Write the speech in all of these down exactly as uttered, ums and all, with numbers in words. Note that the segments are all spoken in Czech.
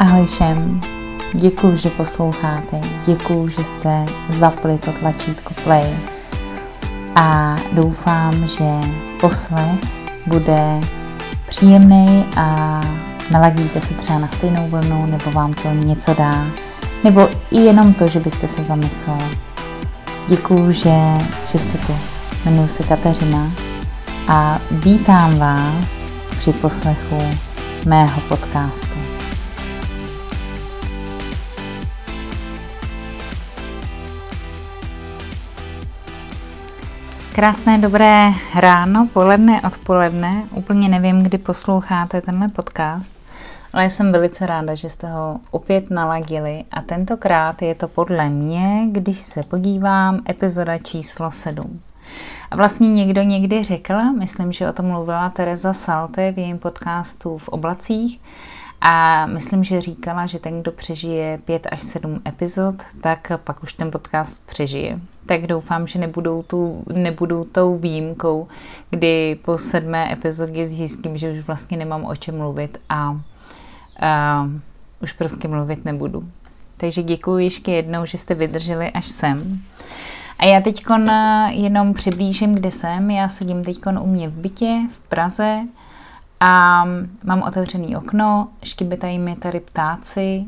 Ahoj všem, děkuju, že posloucháte, děkuju, že jste zapli to tlačítko play a doufám, že poslech bude příjemný a naladíte se třeba na stejnou vlnu, nebo vám to něco dá, nebo i jenom to, že byste se zamysleli. Děkuju, že, že jste tu. Jmenuji se Kateřina a vítám vás při poslechu mého podcastu. Krásné dobré ráno, poledne, odpoledne. Úplně nevím, kdy posloucháte tenhle podcast, ale jsem velice ráda, že jste ho opět naladili a tentokrát je to podle mě, když se podívám, epizoda číslo sedm. A vlastně někdo někdy řekl, myslím, že o tom mluvila Tereza Salte v jejím podcastu V oblacích, a myslím, že říkala, že ten, kdo přežije pět až sedm epizod, tak pak už ten podcast přežije. Tak doufám, že nebudou, tu, nebudou tou výjimkou, kdy po sedmé epizodě zjistím, že už vlastně nemám o čem mluvit a, a už prostě mluvit nebudu. Takže děkuji ještě jednou, že jste vydrželi až sem. A já teď jenom přiblížím, kde jsem. Já sedím teď u mě v bytě v Praze a mám otevřený okno, štěbetají mi tady ptáci,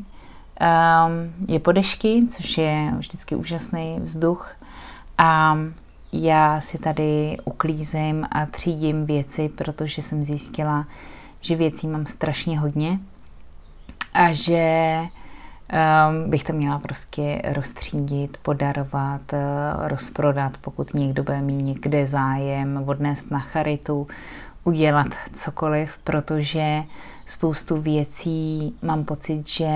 je po dešti, což je vždycky úžasný vzduch a já si tady uklízím a třídím věci, protože jsem zjistila, že věcí mám strašně hodně a že Um, bych to měla prostě roztřídit, podarovat, uh, rozprodat, pokud někdo bude mít někde zájem, odnést na charitu, udělat cokoliv, protože spoustu věcí mám pocit, že,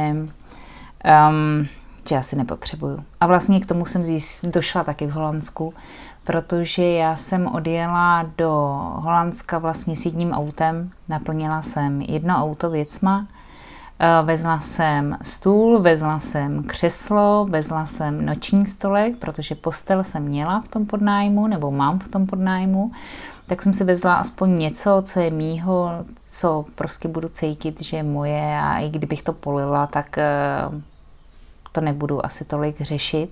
um, že asi nepotřebuju. A vlastně k tomu jsem došla taky v Holandsku, protože já jsem odjela do Holandska vlastně s jedním autem, naplnila jsem jedno auto věcma, vezla jsem stůl, vezla jsem křeslo, vezla jsem noční stolek, protože postel jsem měla v tom podnájmu, nebo mám v tom podnájmu, tak jsem si vezla aspoň něco, co je mýho, co prostě budu cítit, že je moje a i kdybych to polila, tak to nebudu asi tolik řešit.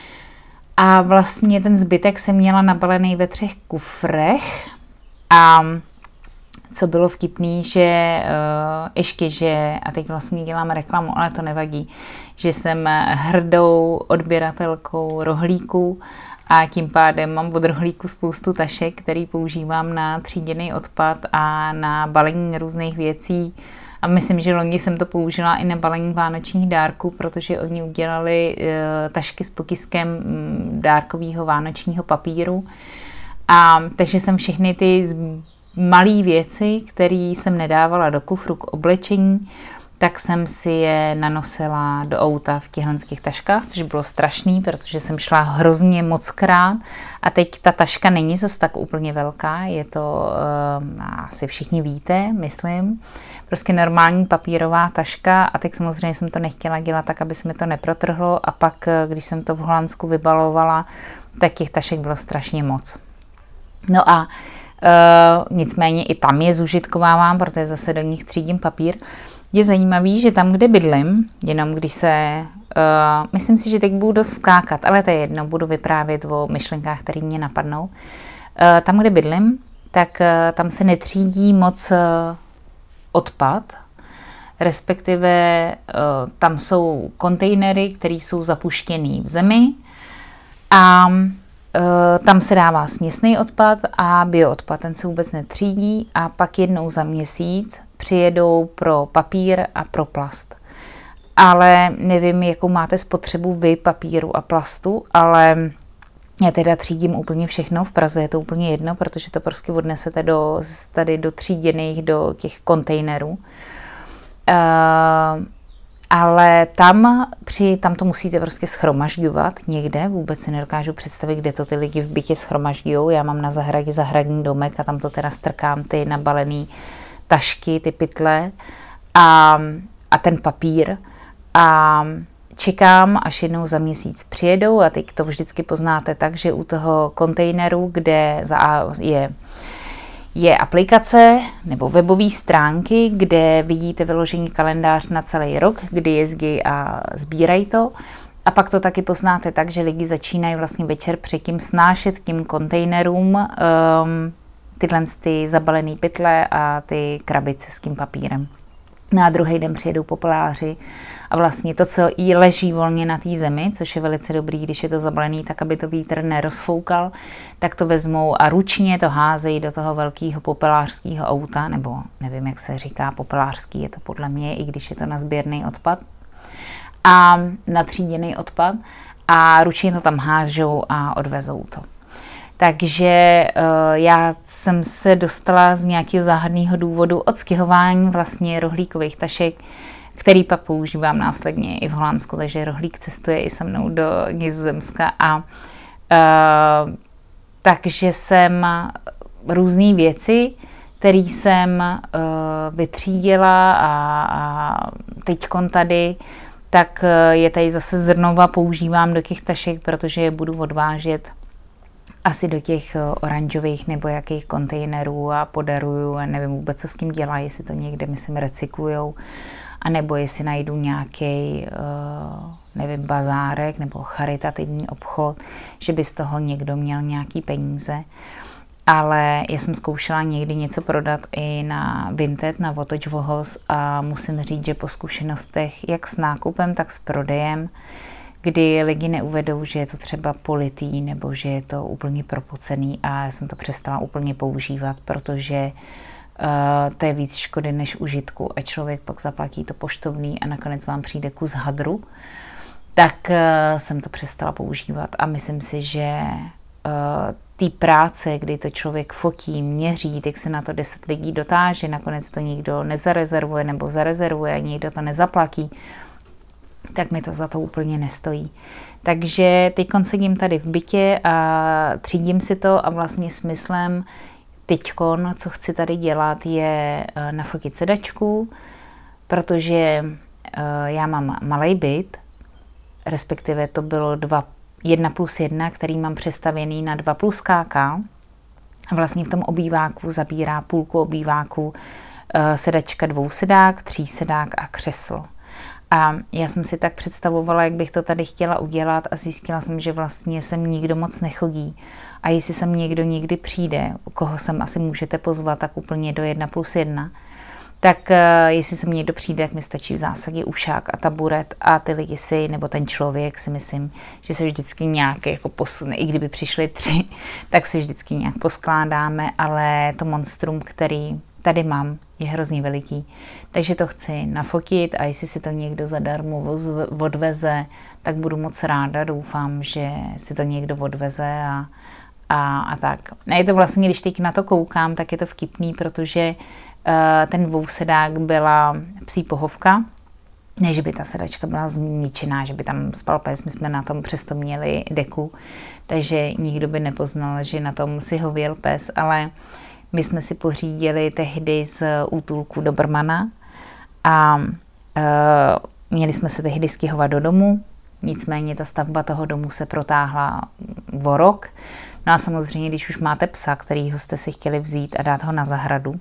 A vlastně ten zbytek jsem měla nabalený ve třech kufrech a co bylo vtipný, že uh, ještě, že, a teď vlastně dělám reklamu, ale to nevadí, že jsem hrdou odběratelkou rohlíků a tím pádem mám od rohlíku spoustu tašek, který používám na tříděný odpad a na balení různých věcí. A myslím, že loni jsem to použila i na balení vánočních dárků, protože oni udělali uh, tašky s potiskem um, dárkového vánočního papíru. A takže jsem všechny ty malé věci, které jsem nedávala do kufru k oblečení, tak jsem si je nanosila do auta v těchto taškách, což bylo strašný, protože jsem šla hrozně mockrát a teď ta taška není zase tak úplně velká, je to, uh, asi všichni víte, myslím, prostě normální papírová taška a teď samozřejmě jsem to nechtěla dělat tak, aby se mi to neprotrhlo a pak, když jsem to v Holandsku vybalovala, tak těch tašek bylo strašně moc. No a Uh, nicméně i tam je zužitkovávám, protože zase do nich třídím papír. Je zajímavý, že tam, kde bydlím, jenom když se, uh, myslím si, že teď budu dost skákat, ale to je jedno, budu vyprávět o myšlenkách, které mě napadnou. Uh, tam, kde bydlím, tak uh, tam se netřídí moc uh, odpad, respektive uh, tam jsou kontejnery, které jsou zapuštěné v zemi a tam se dává směsný odpad a bioodpad, ten se vůbec netřídí a pak jednou za měsíc přijedou pro papír a pro plast. Ale nevím, jakou máte spotřebu vy papíru a plastu, ale já teda třídím úplně všechno, v Praze je to úplně jedno, protože to prostě odnesete do, tady do tříděných, do těch kontejnerů. Uh, Ale tam, při, tam to musíte prostě schromažďovat někde, vůbec si nedokážu představit, kde to ty lidi v bytě schromažďujou. Já mám na zahradě zahradní domek a tam to teda strkám ty nabalené tašky, ty pytle a, a ten papír. A čekám, až jednou za měsíc přijedou a teď to vždycky poznáte tak, že u toho kontejneru, kde je je aplikace nebo webové stránky, kde vidíte vyložený kalendář na celý rok, kdy jezdí a sbírají to. A pak to taky poznáte tak, že lidi začínají vlastně večer předtím snášet k těm kontejnerům um, tyhle ty zabalené pytle a ty krabice s tím papírem. Na druhý den přijedou popeláři a vlastně to, co jí leží volně na té zemi, což je velice dobrý, když je to zabalený, tak aby to vítr nerozfoukal, tak to vezmou a ručně to házejí do toho velkého popelářského auta, nebo nevím, jak se říká popelářský, je to podle mě, i když je to na sběrný odpad, a natříděný odpad a ručně to tam hážou a odvezou to. Takže uh, já jsem se dostala z nějakého záhadného důvodu od stěhování vlastně rohlíkových tašek, který pak používám následně i v Holandsku, takže rohlík cestuje i se mnou do Nizozemska a uh, takže jsem různé věci, které jsem uh, vytřídila a, a teďkon tady, tak je tady zase zrnova používám do těch tašek, protože je budu odvážet asi do těch oranžových nebo jakých kontejnerů a podaruju a nevím vůbec, co s tím dělají, jestli to někde, myslím, recyklujou, a nebo jestli najdu nějaký, nevím, bazárek nebo charitativní obchod, že by z toho někdo měl nějaký peníze. Ale já jsem zkoušela někdy něco prodat i na Vinted, na Votoč Vohoz a musím říct, že po zkušenostech jak s nákupem, tak s prodejem, kdy lidi neuvedou, že je to třeba politý nebo že je to úplně propocený, a já jsem to přestala úplně používat, protože uh, to je víc škody než užitku a člověk pak zaplatí to poštovný a nakonec vám přijde kus hadru, tak uh, jsem to přestala používat a myslím si, že uh, té práce, kdy to člověk fotí, měří, tak se na to deset lidí dotáže, nakonec to nikdo nezarezervuje nebo zarezervuje a nikdo to nezaplatí, tak mi to za to úplně nestojí. Takže teď sedím tady v bytě a třídím si to a vlastně smyslem teďkon, co chci tady dělat, je nafotit sedačku, protože já mám malej byt, respektive to bylo dva jedna plus jedna, který mám přestavěný na dva plus ká. Vlastně v tom obýváku zabírá půlku obýváku sedačka dvousedák, třísedák a křeslo. A já jsem si tak představovala, jak bych to tady chtěla udělat a zjistila jsem, že vlastně sem nikdo moc nechodí. A jestli sem někdo někdy přijde, koho sem asi můžete pozvat, tak úplně do jedna plus jedna, tak uh, jestli sem někdo přijde, tak mi stačí v zásadě ušák a taburet a ty lidi si, nebo ten člověk si myslím, že se vždycky nějak jako posune, i kdyby přišli tři, tak si vždycky nějak poskládáme, ale to monstrum, který tady mám, je hrozně veliký. Takže to chci nafotit a jestli si to někdo zadarmo odveze, tak budu moc ráda, doufám, že si to někdo odveze a, a, a tak. A je to vlastně, když teď na to koukám, tak je to vtipný, protože ten dvousedák byla psí pohovka, ne, že by ta sedačka byla zničená, že by tam spal pes, my jsme na tom přesto měli deku, takže nikdo by nepoznal, že na tom si hověl pes, ale my jsme si pořídili tehdy z útulku Dobermana a e, měli jsme se tehdy stěhovat do domu, nicméně ta stavba toho domu se protáhla o rok. No a samozřejmě, když už máte psa, kterýho jste si chtěli vzít a dát ho na zahradu,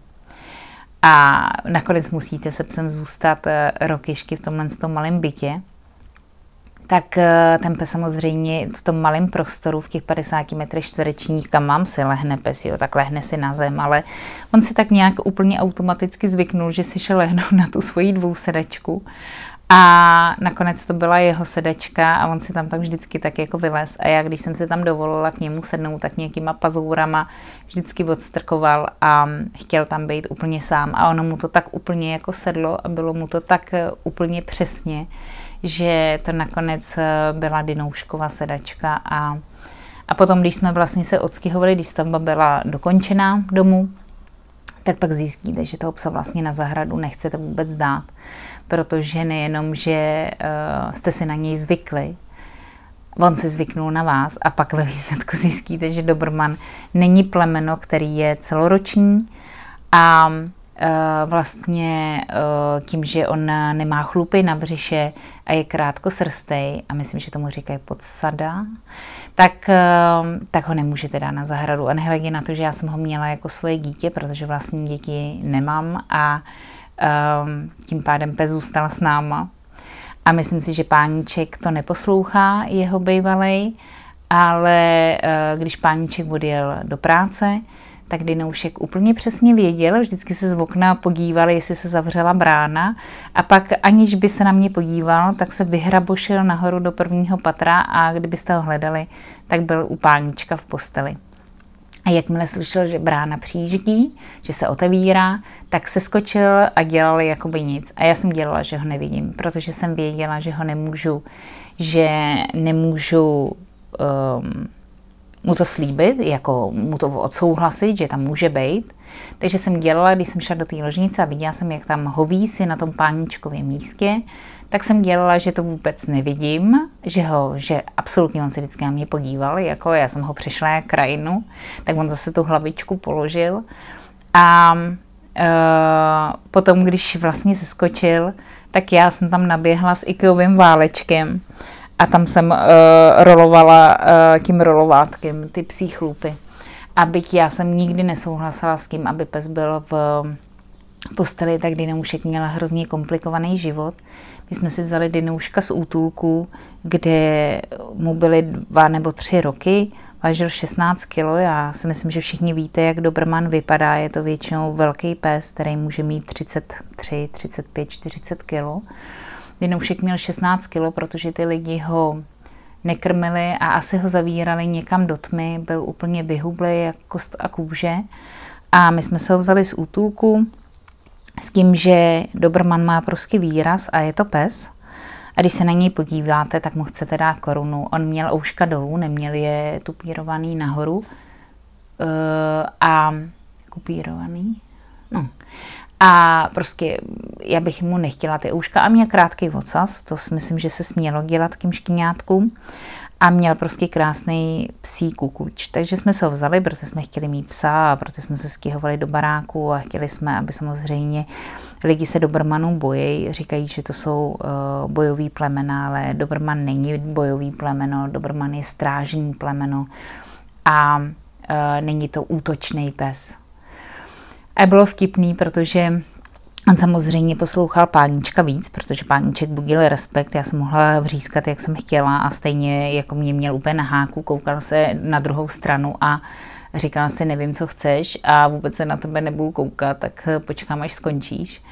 a nakonec musíte se psem zůstat rok ještě v tomhle tom malém bytě, tak ten pes samozřejmě v tom malém prostoru, v těch padesáti metrech čtverečních, kam mám si lehne pes, jo, tak lehne si na zem, ale on si tak nějak úplně automaticky zvyknul, že si šel lehnout na tu svoji dvousedačku. A nakonec to byla jeho sedačka a on si tam tak vždycky tak jako vylez. A já, když jsem si tam dovolila k němu sednout, tak nějakýma pazourama vždycky odstrkoval a chtěl tam být úplně sám. A ono mu to tak úplně jako sedlo a bylo mu to tak úplně přesně, že to nakonec byla Dinouškova sedačka. A, a potom, když jsme vlastně se odstěhovali, když stavba byla dokončená domu, tak pak zjistíte, že toho psa vlastně na zahradu nechcete vůbec dát, protože nejenom, že uh, jste si na něj zvykli, on se zvyknul na vás a pak ve výsledku zjistíte, že Doberman není plemeno, který je celoroční a uh, vlastně tím, že on nemá chlupy na břiše a je krátkosrstej, a myslím, že tomu říkají podsada, tak, tak ho nemůžete dát na zahradu. A nehledě na to, že já jsem ho měla jako svoje dítě, protože vlastní děti nemám a tím pádem pes zůstal s náma. A myslím si, že páníček to neposlouchá, jeho bejvalej, ale když páníček odjel do práce, tak Dinoušek úplně přesně věděl, vždycky se z okna podíval, jestli se zavřela brána, a pak aniž by se na mě podíval, tak se vyhrabošil nahoru do prvního patra a kdybyste ho hledali, tak byl u páníčka v posteli. A jakmile slyšel, že brána přijíždí, že se otevírá, tak se skočil a dělal jakoby nic. A já jsem dělala, že ho nevidím, protože jsem věděla, že ho nemůžu, že nemůžu um, mu to slíbit, jako mu to odsouhlasit, že tam může být. Takže jsem dělala, když jsem šla do té ložnice a viděla jsem, jak tam hoví si na tom páníčkovém místě, tak jsem dělala, že to vůbec nevidím, že ho, že absolutně on se vždycky na mě podíval, jako já jsem ho přišla jak krajinu, tak on zase tu hlavičku položil. A e, potom, když vlastně se skočil, tak já jsem tam naběhla s Ikeovým válečkem a tam jsem uh, rolovala uh, tím rolovátkem ty psí chlupy. A byť já jsem nikdy nesouhlasila s tím, aby pes byl v posteli, tak Dinoušek měla hrozně komplikovaný život. My jsme si vzali Dinouška z útulku, kde mu byly dva nebo tři roky, vážil šestnáct kilo. Já si myslím, že všichni víte, jak Doberman vypadá. Je to většinou velký pes, který může mít třicet tři, třicet pět, čtyřicet kilo. Dinoušek měl šestnáct kilo, protože ty lidi ho nekrmili a asi ho zavírali někam do tmy, byl úplně vyhublý jak kost a kůže. A my jsme se ho vzali z útulku s tím, že Doberman má prostě výraz a je to pes. A když se na něj podíváte, tak mu chcete dát korunu. On měl ouška dolů, neměl je tupírovaný nahoru. Uh, a kupírovaný? No. A prostě já bych mu nechtěla ty ouška a měl krátký ocas, to si myslím, že se smělo dělat k těm škyňátkům, a měl prostě krásný psí kukuč. Takže jsme se ho vzali, protože jsme chtěli mít psa a protože jsme se stěhovali do baráku a chtěli jsme, aby samozřejmě lidi se Dobermanů bojí, říkají, že to jsou uh, bojový plemena, ale Doberman není bojový plemeno, Doberman je strážní plemeno a uh, není to útočný pes. A bylo vtipný, protože on samozřejmě poslouchal páníčka víc, protože páníček budil respekt, já jsem mohla vřískat, jak jsem chtěla, a stejně jako mě měl úplně na háku, koukal se na druhou stranu a říkal si, nevím, co chceš a vůbec se na tebe nebudu koukat, tak počkám, až skončíš.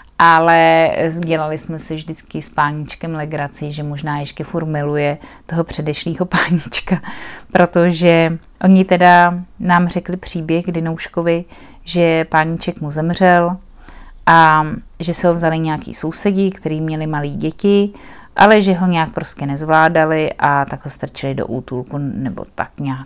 Ale dělali jsme si vždycky s páníčkem legraci, že možná ještě furt miluje toho předešlého páníčka, protože oni teda nám řekli příběh Dinouškovi, že páníček mu zemřel a že se ho vzali nějaký sousedí, kteří měli malé děti, ale že ho nějak prostě nezvládali a tak ho strčili do útulku nebo tak nějak.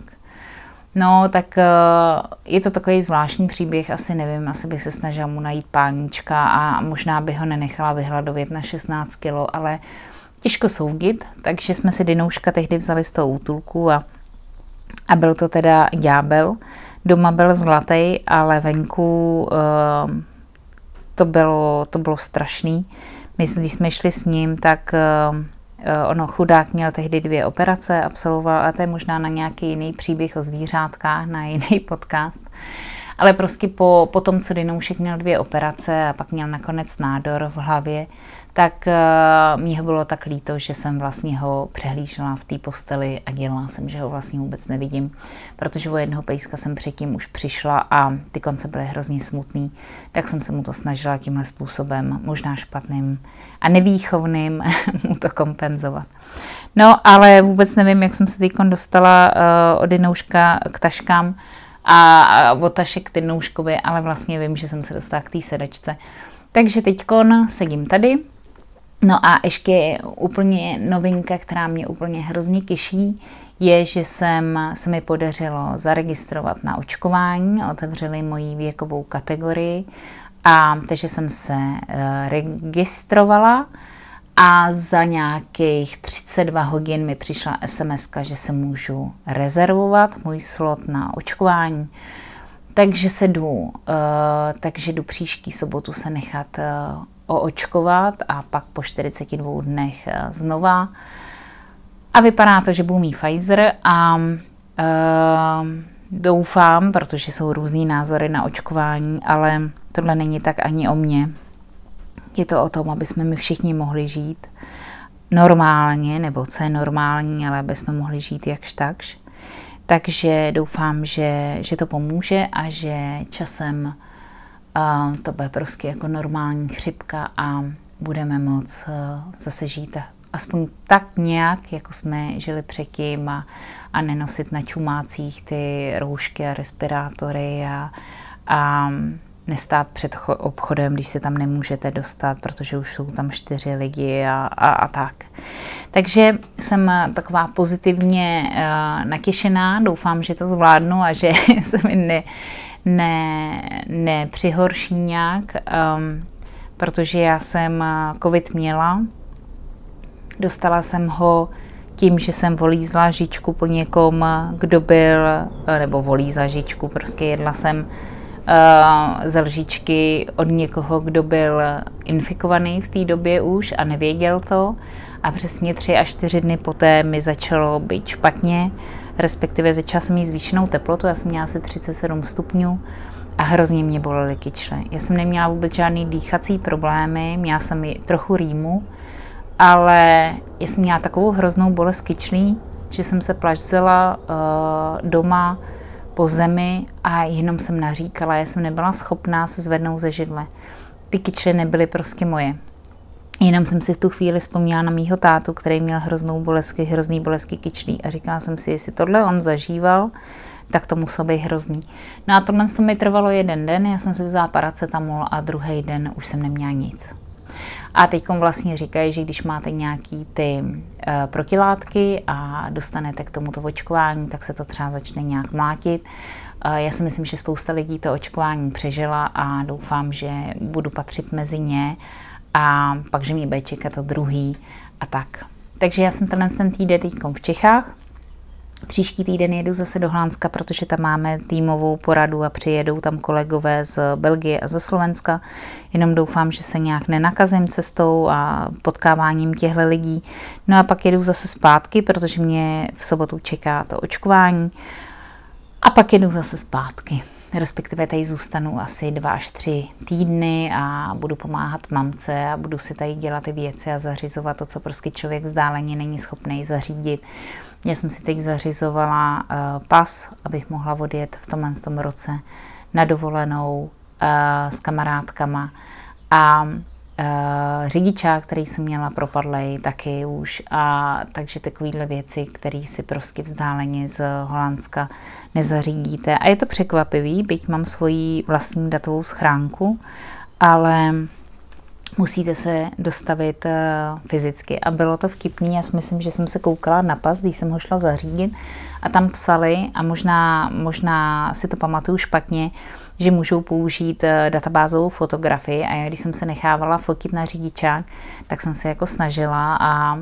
No, tak je to takový zvláštní příběh, asi nevím, asi bych se snažila mu najít páníčka a možná by ho nenechala vyhladovět na šestnáct kilo, ale těžko soudit, takže jsme si Dinouška tehdy vzali z toho útulku a, a byl to teda ďábel. Doma byl zlatý, ale venku uh, to bylo, to bylo strašný. My, když jsme šli s ním, tak uh, ono chudák měl tehdy dvě operace, absolvoval, a to je možná na nějaký jiný příběh o zvířátkách, na jiný podcast. Ale prostě po, po tom, co Dinoušek měl dvě operace a pak měl nakonec nádor v hlavě, tak uh, mě ho bylo tak líto, že jsem vlastně ho přehlížela v té posteli a dělala jsem, že ho vlastně vůbec nevidím, protože o jednoho pejska jsem předtím už přišla a ty konce byly hrozně smutný, tak jsem se mu to snažila tímhle způsobem, možná špatným a nevýchovným, mu to kompenzovat. No, ale vůbec nevím, jak jsem se teďkon dostala uh, od Dinouška k taškám a, a od tašek k Dinouškovi, ale vlastně vím, že jsem se dostala k té sedačce. Takže teďkon sedím tady. No a ještě úplně novinka, která mě úplně hrozně těší, je, že jsem, se mi podařilo zaregistrovat na očkování, otevřeli moji věkovou kategorii, a takže jsem se e, registrovala a za nějakých třicet dva hodin mi přišla es em eska, že se můžu rezervovat můj slot na očkování. takže se jdu, uh, takže jdu příští sobotu se nechat uh, oočkovat a pak po čtyřiceti dvou dnech uh, znova. A vypadá to, že budu mít Pfizer a uh, doufám, protože jsou různý názory na očkování, ale tohle není tak ani o mně. Je to o tom, aby jsme my všichni mohli žít normálně, nebo co je normální, ale aby jsme mohli žít jakž takž. Takže doufám, že, že to pomůže a že časem uh, to bude prostě jako normální chřipka a budeme moc uh, zase žít aspoň tak nějak, jako jsme žili předtím a, a nenosit na čumácích ty roušky a respirátory a, a nestát před obchodem, když se tam nemůžete dostat, protože už jsou tam čtyři lidi a, a, a tak. Takže jsem taková pozitivně uh, natěšená, doufám, že to zvládnu a že se mi ne, ne, nepřihorší nějak, um, protože já jsem covid měla. Dostala jsem ho tím, že jsem volízla žičku po někom, kdo byl, nebo volízla žičku, prostě jedla jsem uh, z lžičky od někoho, kdo byl infikovaný v té době už a nevěděl to. A přesně tři až čtyři dny poté mi začalo být špatně, respektive začala jsem mít zvýšenou teplotu, já jsem měla asi třicet sedm stupňů a hrozně mě bolely kyčle. Já jsem neměla vůbec žádný dýchací problémy, měla jsem i trochu rýmu, ale já jsem měla takovou hroznou bolest kyčlí, že jsem se plašzela uh, doma po zemi a jenom jsem naříkala, já jsem nebyla schopná se zvednout ze židle. Ty kyčle nebyly prostě moje. Jenom jsem si v tu chvíli vzpomněla na mýho tátu, který měl hroznou bolestky, hrozný bolestky kyčlí a říkala jsem si, jestli tohle on zažíval, tak to muselo být hrozný. No a tohle to mi trvalo jeden den, já jsem si vzala paracetamol a druhý den už jsem neměla nic. A teď vlastně říkají, že když máte nějaký ty uh, protilátky a dostanete k tomuto očkování, tak se to třeba začne nějak mlátit. Uh, já si myslím, že spousta lidí to očkování přežila a doufám, že budu patřit mezi ně a pak, že mě bude čekat to druhý a tak. Takže já jsem tenhle ten týden teďkom v Čechách. Příští týden jedu zase do Holandska, protože tam máme týmovou poradu a přijedou tam kolegové z Belgie a ze Slovenska. Jenom doufám, že se nějak nenakazím cestou a potkáváním těchto lidí. No a pak jedu zase zpátky, protože mě v sobotu čeká to očkování. A pak jedu zase zpátky. Respektive tady zůstanu asi dva až tři týdny a budu pomáhat mamce a budu si tady dělat ty věci a zařizovat to, co prostě člověk vzdáleně není schopný zařídit. Já jsem si teď zařizovala uh, pas, abych mohla odjet v tomhle tom roce na dovolenou uh, s kamarádkama a uh, řidičák, který jsem měla propadlej taky už a takže takovýhle věci, které si prostě vzdáleně z Holandska nezařídíte. A je to překvapivý, byť mám svoji vlastní datovou schránku, ale musíte se dostavit uh, fyzicky. A bylo to vtipný, já si myslím, že jsem se koukala na pas, když jsem ho šla zařídit a tam psali, a možná, možná si to pamatuju špatně, že můžou použít uh, databázovou fotografii a já, když jsem se nechávala fotit na řidičák, tak jsem se jako snažila a,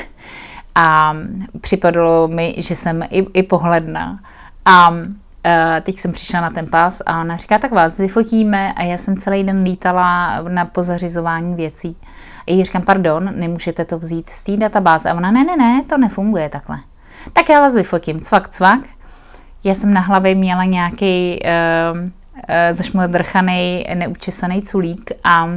a připadalo mi, že jsem i, i pohledná. A Uh, teď jsem přišla na ten pas a ona říká, tak vás vyfotíme a já jsem celý den lítala na pozařizování věcí. A jí říkám, pardon, nemůžete to vzít z té databáze. A ona, ne, ne, ne, to nefunguje takhle. Tak já vás vyfotím, cvak, cvak. Já jsem na hlavě měla nějaký uh, uh, zašmodrchaný, neučesaný culík a,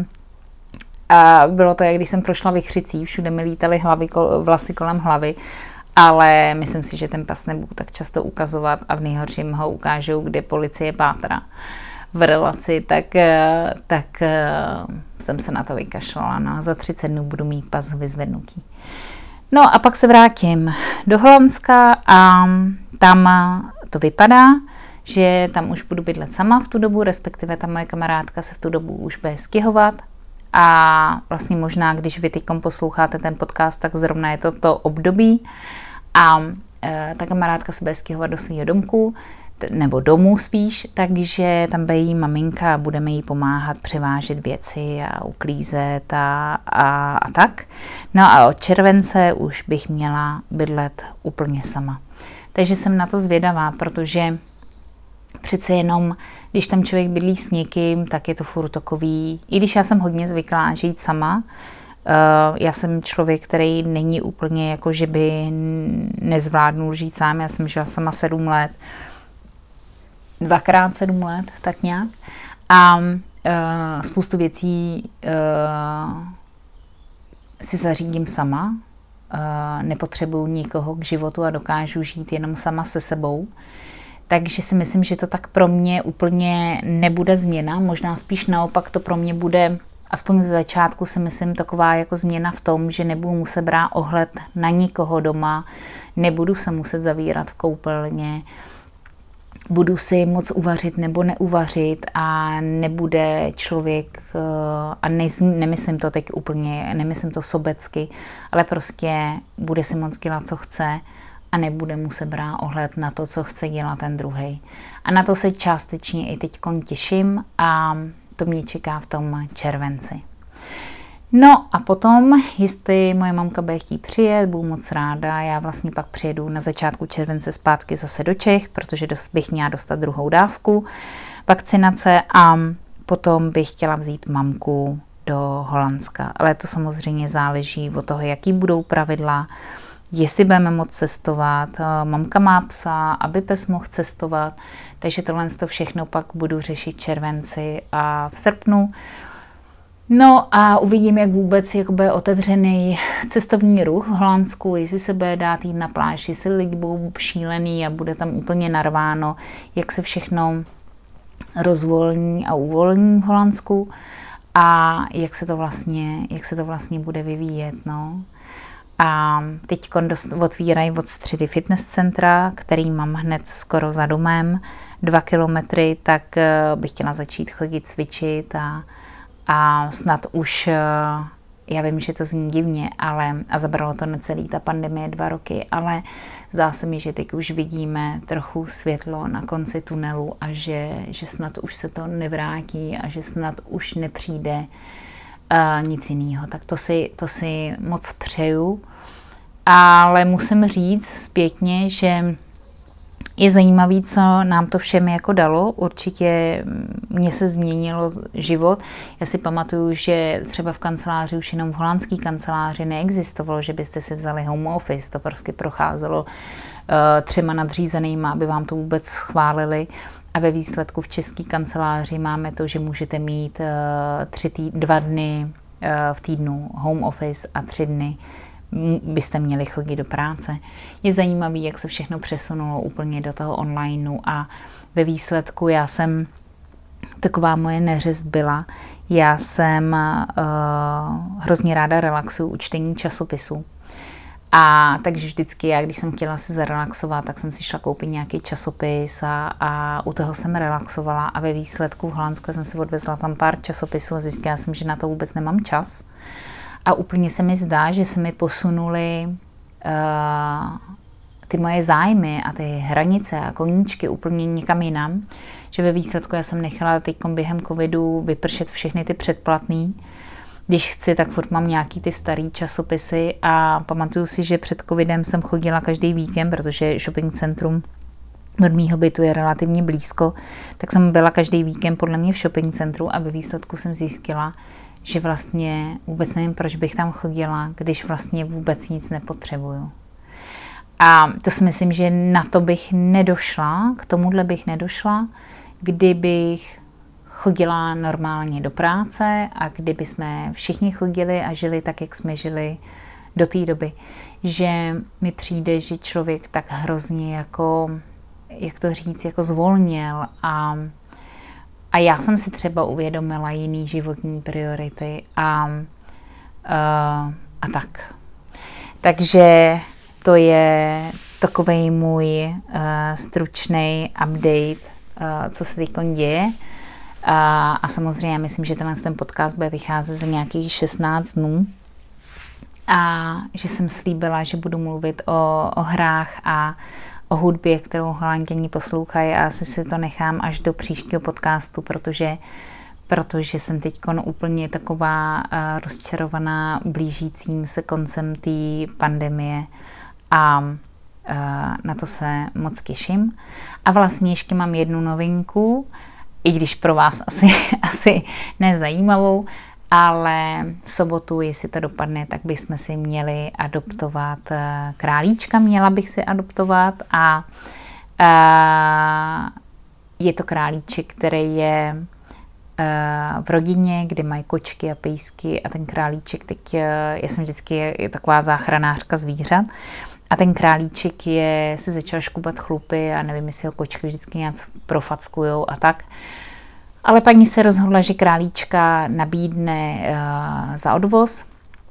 a bylo to, jak když jsem prošla Vychřicí, všude mi lítaly hlavy, vlasy kolem hlavy. Ale myslím si, že ten pas nebudu tak často ukazovat a v nejhorším ho ukážou, kde policie pátrá v relaci, tak, tak jsem se na to vykašlala. No, za třicet dnů budu mít pas vyzvednutí. No a pak se vrátím do Holandska a tam to vypadá, že tam už budu bydlet sama v tu dobu, respektive ta moje kamarádka se v tu dobu už bude stěhovat. A vlastně možná, když vy teďkom posloucháte ten podcast, tak zrovna je to to období a e, ta kamarádka se bude stěhovat do svého domku, t- nebo domů spíš, takže tam bude jí maminka a budeme jí pomáhat převážet věci a uklízet a, a, a tak. No a od července už bych měla bydlet úplně sama. Takže jsem na to zvědavá, protože přece jenom, když tam člověk bydlí s někým, tak je to furt takový, i když já jsem hodně zvyklá žít sama, já jsem člověk, který není úplně jako, že by nezvládnul žít sám, já jsem žila sama sedm let, dvakrát sedm let, tak nějak. A uh, spoustu věcí uh, si zařídím sama, uh, nepotřebuju nikoho k životu a dokážu žít jenom sama se sebou. Takže si myslím, že to tak pro mě úplně nebude změna, možná spíš naopak to pro mě bude, aspoň z začátku si myslím, taková jako změna v tom, že nebudu muset brát ohled na nikoho doma, nebudu se muset zavírat v koupelně, budu si moc uvařit nebo neuvařit a nebude člověk, a ne, nemyslím to teď úplně, nemyslím to sobecky, ale prostě bude si moc dělat, co chce a nebude muset brát ohled na to, co chce dělat ten druhej. A na to se částečně i teď těším a to mě čeká v tom červenci. No a potom, jestli moje mamka bude chtít přijet, budu moc ráda, já vlastně pak přijedu na začátku července zpátky zase do Čech, protože bych měla dostat druhou dávku vakcinace a potom bych chtěla vzít mamku do Holandska. Ale to samozřejmě záleží od toho, jaký budou pravidla, jestli budeme moct cestovat. Mamka má psa, aby pes mohl cestovat, takže tohle to všechno pak budu řešit v červenci a v srpnu. No a uvidím, jak vůbec jak bude otevřený cestovní ruch v Holandsku, jestli se bude dát jít na pláž, jestli lidi budou šílený a bude tam úplně narváno, jak se všechno rozvolní a uvolní v Holandsku a jak se to vlastně, jak se to vlastně bude vyvíjet. No. A teď otvírají od středy fitness centra, který mám hned skoro za domem, dva kilometry, tak bych chtěla začít chodit cvičit a A snad už, já vím, že to zní divně, ale, a zabralo to necelý ta pandemie dva roky, ale zdá se mi, že teď už vidíme trochu světlo na konci tunelu a že, že snad už se to nevrátí a že snad už nepřijde uh, nic jiného. Tak to si, to si moc přeju, ale musím říct zpětně, že je zajímavý, co nám to všem jako dalo. Určitě mně se změnilo život. Já si pamatuju, že třeba v kanceláři, už jenom v holandské kanceláři neexistovalo, že byste si vzali home office. To prostě procházelo uh, třema nadřízenýma, aby vám to vůbec schválili. A ve výsledku v české kanceláři máme to, že můžete mít uh, tři tý, dva dny uh, v týdnu home office a tři dny byste měli chodit do práce. Je zajímavé, jak se všechno přesunulo úplně do toho onlineu a ve výsledku já jsem, taková moje neřest byla, já jsem uh, hrozně ráda relaxuju u čtení časopisů. A takže vždycky já, když jsem chtěla si zarelaxovat, tak jsem si šla koupit nějaký časopis a, a u toho jsem relaxovala a ve výsledku v Holandsku jsem si odvezla tam pár časopisů a zjistila jsem, že na to vůbec nemám čas. A úplně se mi zdá, že se mi posunuly uh, ty moje zájmy a ty hranice a koníčky úplně někam jinam, že ve výsledku já jsem nechala teď během covidu vypršet všechny ty předplatný. Když chci, tak furt mám nějaký ty starý časopisy a pamatuju si, že před covidem jsem chodila každý víkend, protože shopping centrum od mýho bytu je relativně blízko, tak jsem byla každý víkend podle mě v shopping centru a ve výsledku jsem zjistila, že vlastně vůbec nevím, proč bych tam chodila, když vlastně vůbec nic nepotřebuju. A to si myslím, že na to bych nedošla, k tomuhle bych nedošla, kdybych chodila normálně do práce a kdyby jsme všichni chodili a žili tak, jak jsme žili do té doby. Že mi přijde, že člověk tak hrozně jako, jak to říct, jako zvolněl a A já jsem si třeba uvědomila jiný životní priority a, uh, a tak. Takže to je takovej můj uh, stručný update, uh, co se teď děje. Uh, a samozřejmě myslím, že tenhle ten podcast bude vycházet za nějakých šestnáct dnů. A že jsem slíbila, že budu mluvit o, o hrách a o hudbě, kterou Holanděni poslouchají a asi si to nechám až do příštího podcastu, protože, protože jsem teď úplně taková uh, rozčarovaná blížícím se koncem té pandemie a uh, na to se moc těším. A vlastně ještě mám jednu novinku, i když pro vás asi, asi nezajímavou, ale v sobotu, jestli to dopadne, tak bychom si měli adoptovat králíčka, měla bych si adoptovat a, a je to králíček, který je v rodině, kde mají kočky a pejsky a ten králíček teď, já jsem vždycky je, je taková záchranářka zvířat a ten králíček je, si začal škubat chlupy a nevím, jestli ho kočky vždycky nějak profackujou a tak. Ale paní se rozhodla, že králíčka nabídne uh, za odvoz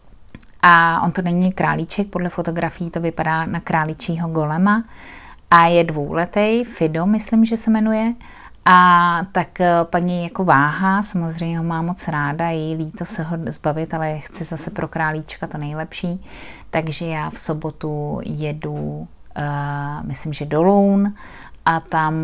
a on to není králíček, podle fotografií to vypadá na králičího golema a je dvouletý, Fido, myslím, že se jmenuje. A tak paní jako váha, samozřejmě ho má moc ráda, jí líto se ho zbavit, ale chci zase pro králíčka to nejlepší. Takže já v sobotu jedu, uh, myslím, že do Loun a tam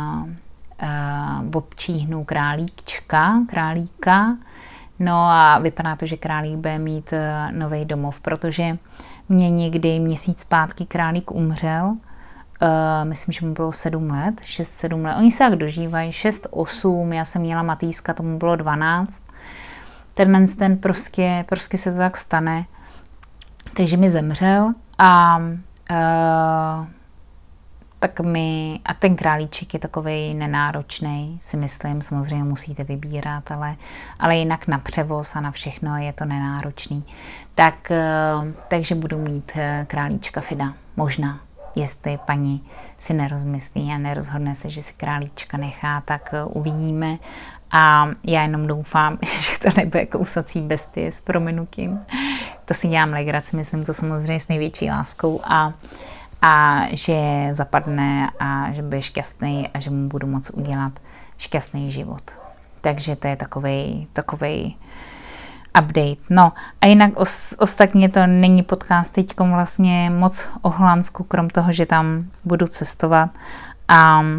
uh, občíhnu králíčka, králíka. No a vypadá to, že králík bude mít uh, nový domov, protože mě někdy měsíc zpátky králík umřel. Uh, myslím, že mu bylo sedm let, šest sedm let. Oni se jak dožívají, šest osm, já jsem měla Matýska, tomu bylo dvanáct. Tenhle ten prostě, prostě se to tak stane. Takže mi zemřel a uh, tak mi, a ten králíček je takovej nenáročný, si myslím, samozřejmě musíte vybírat, ale, ale jinak na převoz a na všechno je to nenáročný. Tak, uh, takže budu mít uh, králíčka Fida, možná. Jestli paní si nerozmyslí a nerozhodne se, že si králíčka nechá, tak uvidíme. A já jenom doufám, že to nebude kousací bestie s prominutím. To si dělám legraci, myslím to samozřejmě s největší láskou a, a že zapadne a že bude šťastný a že mu budu moct udělat šťastný život. Takže to je takovej, takovej update. No a jinak os, ostatně to není podcast teďkom vlastně moc o Holandsku, krom toho, že tam budu cestovat. Um,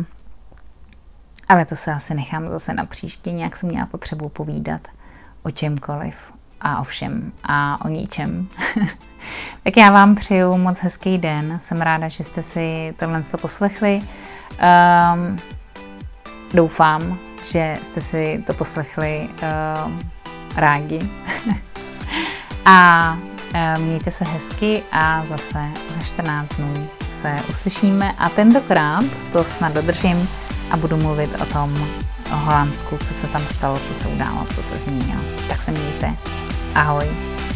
ale to se asi nechám zase na příště, nějak jsem měla potřebu povídat o čemkoliv a o všem a o ničem. Tak já vám přeju moc hezký den, jsem ráda, že jste si tohle poslechli. Um, doufám, že jste si to poslechli um, rádi. A mějte se hezky a zase za čtrnáct dnů se uslyšíme a tentokrát to snad dodržím a budu mluvit o tom o Holandsku, co se tam stalo, co se událo, co se změnilo. Tak se mějte. Ahoj.